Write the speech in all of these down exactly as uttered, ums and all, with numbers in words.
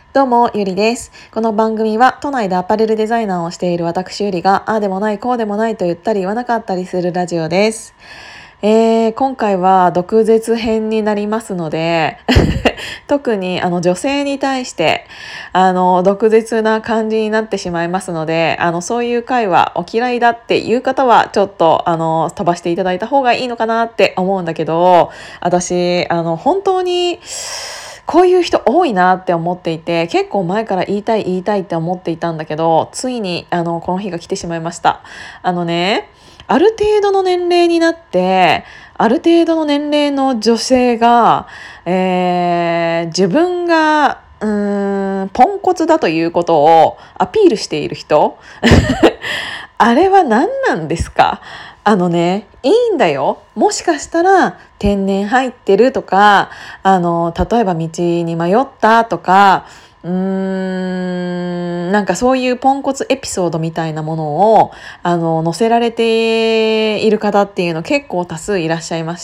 どうも、ゆりです。この番組は都内でアパレルデザイナーをしている私ゆりが、ああでもない、こうでもないと言ったり言わなかったりするラジオです。えー、今回は毒舌編になりますので、特にあの女性に対してあの毒舌な感じになってしまいますので、あのそういう回はお嫌いだっていう方はちょっとあの飛ばしていただいた方がいいのかなって思うんだけど、私あの本当にこういう人多いなって思っていて、結構前から言いたい言いたいって思っていたんだけど、ついにあのこの日が来てしまいました。あのね、ある程度の年齢になってある程度の年齢の女性が、えー自分がうーんポンコツだということをアピールしている人あれは何なんですか？あのね、いいんだよ。もしかしたら天然入ってるとか、あの例えば道に迷ったとか、うーんなんかそういうポンコツエピソードみたいなものをあの載せられている方っていうの結構多数いらっしゃいまして、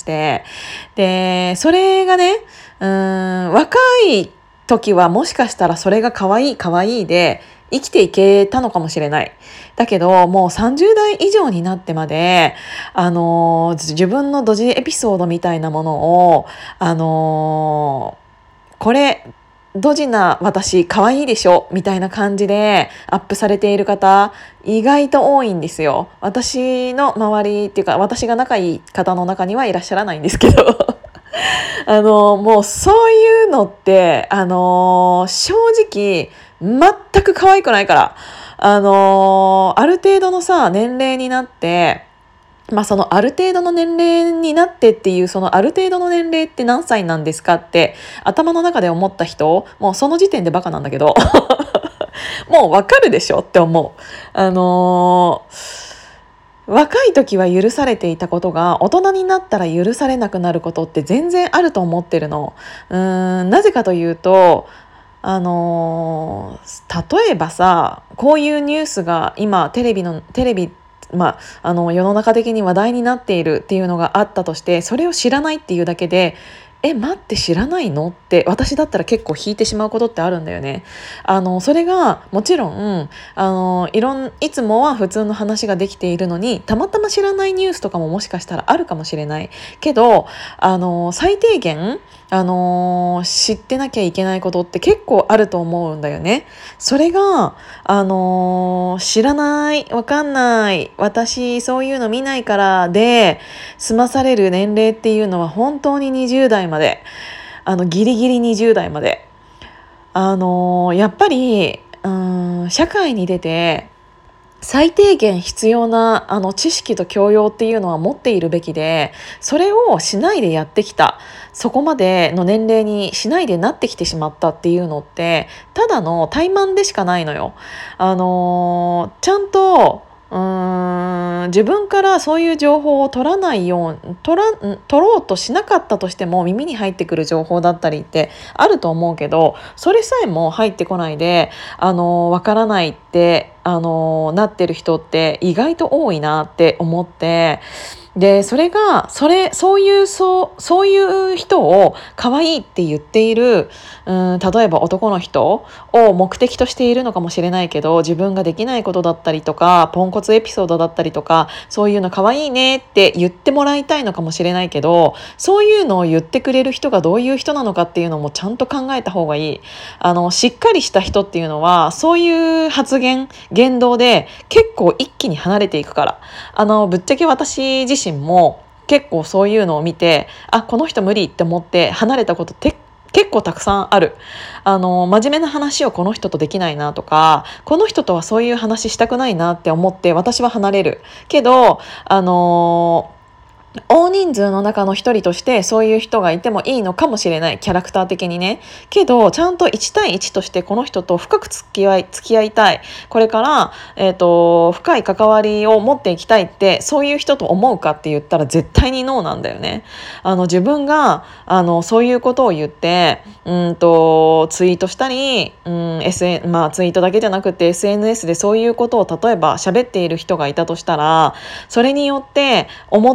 でそれがね、うーん若い時はもしかしたらそれが可愛い可愛いで生きていけたのかもしれない。だけどもうさんじゅう代以上になってまであの自分のドジエピソードみたいなものをあのこれドジな私可愛いでしょみたいな感じでアップされている方意外と多いんですよ。私の周りっていうか私が仲いい方の中にはいらっしゃらないんですけどあのもうそういうのってあの正直全く可愛くないから、あのある程度のさ年齢になってまあそのある程度の年齢になってっていうそのある程度の年齢って何歳なんですかって頭の中で思った人もうその時点でバカなんだけどもうわかるでしょって思う。あのー若い時は許されていたことが大人になったら許されなくなることって全然あると思ってるの。うーんなぜかというとあのー例えばさこういうニュースが今テレビのテレビまあ、あの世の中的に話題になっているっていうのがあったとして、それを知らないっていうだけでえ待って知らないのって私だったら結構引いてしまうことってあるんだよね。あのそれがもちろんあのいろんいつもは普通の話ができているのにたまたま知らないニュースとかももしかしたらあるかもしれないけど、あの最低限あの知ってなきゃいけないことって結構あると思うんだよね。それがあの知らないわかんない私そういうの見ないからで済まされる年齢っていうのは本当ににじゅう代まであのギリギリにじゅう代まであのやっぱりうん社会に出て最低限必要なあの知識と教養っていうのは持っているべきで、それをしないでやってきた、そこまでの年齢にしないでなってきてしまったっていうのってただの怠慢でしかないのよ。あのーちゃんとうーん自分からそういう情報を取らないよう取らん取ろうとしなかったとしても耳に入ってくる情報だったりってあると思うけど、それさえも入ってこないであのわからないってあのなってる人って意外と多いなって思って、でそれがそれそういうそうそういう人を可愛いって言っているうん例えば男の人を目的としているのかもしれないけど、自分ができないことだったりとかポンコツエピソードだったりとかそういうの可愛いねって言ってもらいたいのかもしれないけど、そういうのを言ってくれる人がどういう人なのかっていうのもちゃんと考えた方がいい。あのしっかりした人っていうのはそういう発言言動で結構一気に離れていくから。あのぶっちゃけ私自身も結構そういうのを見てあこの人無理って思って離れたことって結構たくさんある。あの真面目な話をこの人とできないなとかこの人とはそういう話したくないなって思って私は離れるけど、あの大人数の中の一人としてそういう人がいてもいいのかもしれない、キャラクター的にね。けどちゃんといち対いちとしてこの人と深く付き合い付き合いたい、これから、えーと、深い関わりを持っていきたいってそういう人と思うかって言ったら絶対にノーなんだよね。あの自分があのそういうことを言ってうんとツイートしたり、うん エスエヌ まあ、ツイートだけじゃなくて エスエヌエス でそういうことを例えば喋っている人がいたとしたら、それによって思っているよ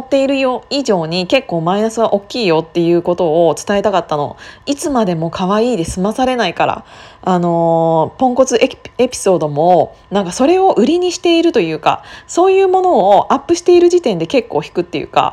上以上に結構マイナスは大きいよっていうことを伝えたかったの。いつまでも可愛いで済まされないから。あのー、ポンコツエピ、エピソードもなんかそれを売りにしているというか、そういうものをアップしている時点で結構引くっていうか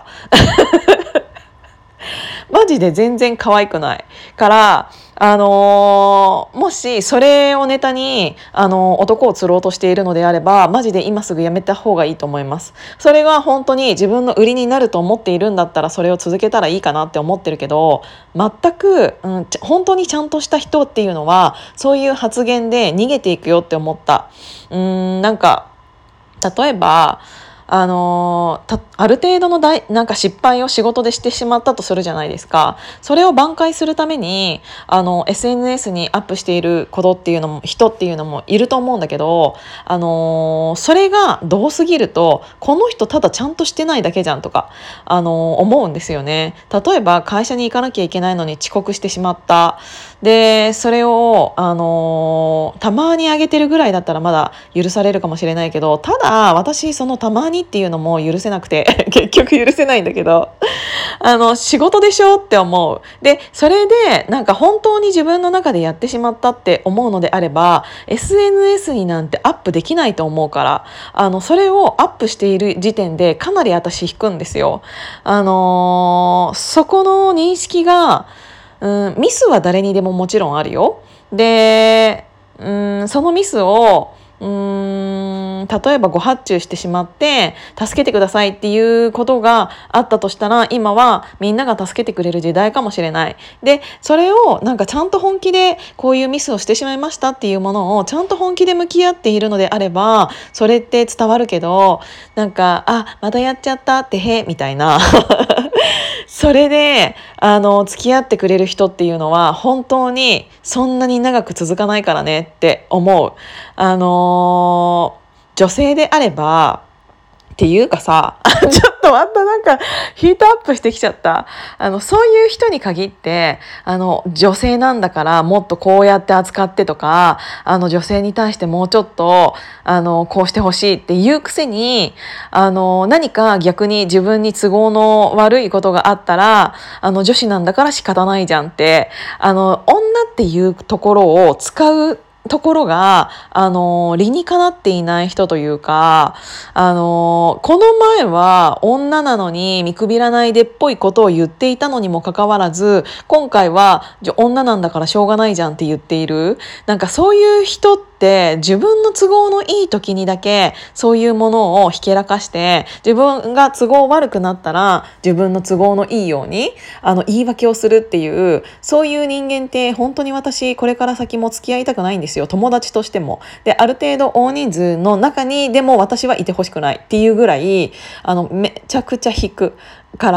マジで全然可愛くないから、あのー、もしそれをネタに、あのー、男を釣ろうとしているのであれば、マジで今すぐやめた方がいいと思います。それが本当に自分の売りになると思っているんだったら、それを続けたらいいかなって思ってるけど、全く、うん、本当にちゃんとした人っていうのはそういう発言で逃げていくよって思った。うーんなんか例えばあのたある程度の大なんか失敗を仕事でしてしまったとするじゃないですか。それを挽回するためにあの エスエヌエス にアップしていることっていうのも人っていうのもいると思うんだけど、あのそれがどうすぎると、この人ただちゃんとしてないだけじゃんとか、あの思うんですよね。例えば会社に行かなきゃいけないのに遅刻してしまった。でそれを、あのたまに上げてるぐらいだったらまだ許されるかもしれないけど、ただ私そのたまにっていうのも許せなくて結局許せないんだけど、あの仕事でしょって思う。でそれでなんか本当に自分の中でやってしまったって思うのであれば エスエヌエス になんてアップできないと思うから、あのそれをアップしている時点でかなり私引くんですよ。あのー、そこの認識が、うん、ミスは誰にでももちろんあるよ。で、うん、そのミスをうーん例えばご発注してしまって助けてくださいっていうことがあったとしたら、今はみんなが助けてくれる時代かもしれない。でそれをなんかちゃんと本気でこういうミスをしてしまいましたっていうものをちゃんと本気で向き合っているのであれば、それって伝わるけど、なんかあまたやっちゃったってへみたいなそれであの付き合ってくれる人っていうのは本当にそんなに長く続かないからねって思う。あの女性であればっていうかさちょっとまたなんかヒートアップしてきちゃった。あのそういう人に限ってあの女性なんだからもっとこうやって扱ってとか、あの女性に対してもうちょっとあのこうしてほしいっていうくせに、あの何か逆に自分に都合の悪いことがあったら、あの女子なんだから仕方ないじゃんって、あの女っていうところを使うところが、あの理にかなっていない人というか、あのこの前は女なのに見くびらないでっぽいことを言っていたのにもかかわらず、今回は女なんだからしょうがないじゃんって言っている。なんかそういう人って自分の都合のいい時にだけそういうものをひけらかして、自分が都合悪くなったら自分の都合のいいようにあの言い訳をするっていう、そういう人間って本当に私これから先も付き合いたくないんですよ。友達としても。である程度大人数の中にでも私はいてほしくないっていうぐらい、あのめちゃくちゃ引くから、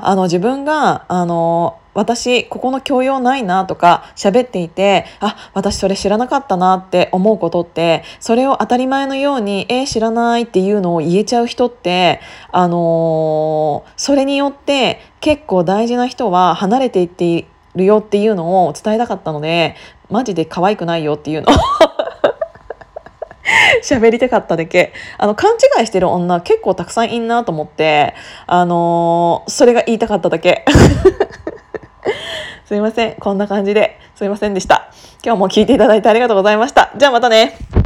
あの自分があの私ここの教養ないなとか喋っていて、あ私それ知らなかったなって思うことって、それを当たり前のようにえー、知らないっていうのを言えちゃう人って、あのー、それによって結構大事な人は離れていっているよっていうのを伝えたかったので、マジで可愛くないよっていうの喋りたかっただけ。あの勘違いしてる女結構たくさんいんなと思って、あのー、それが言いたかっただけすいません、こんな感じですいませんでした。今日も聞いていただいてありがとうございました。じゃあまたね。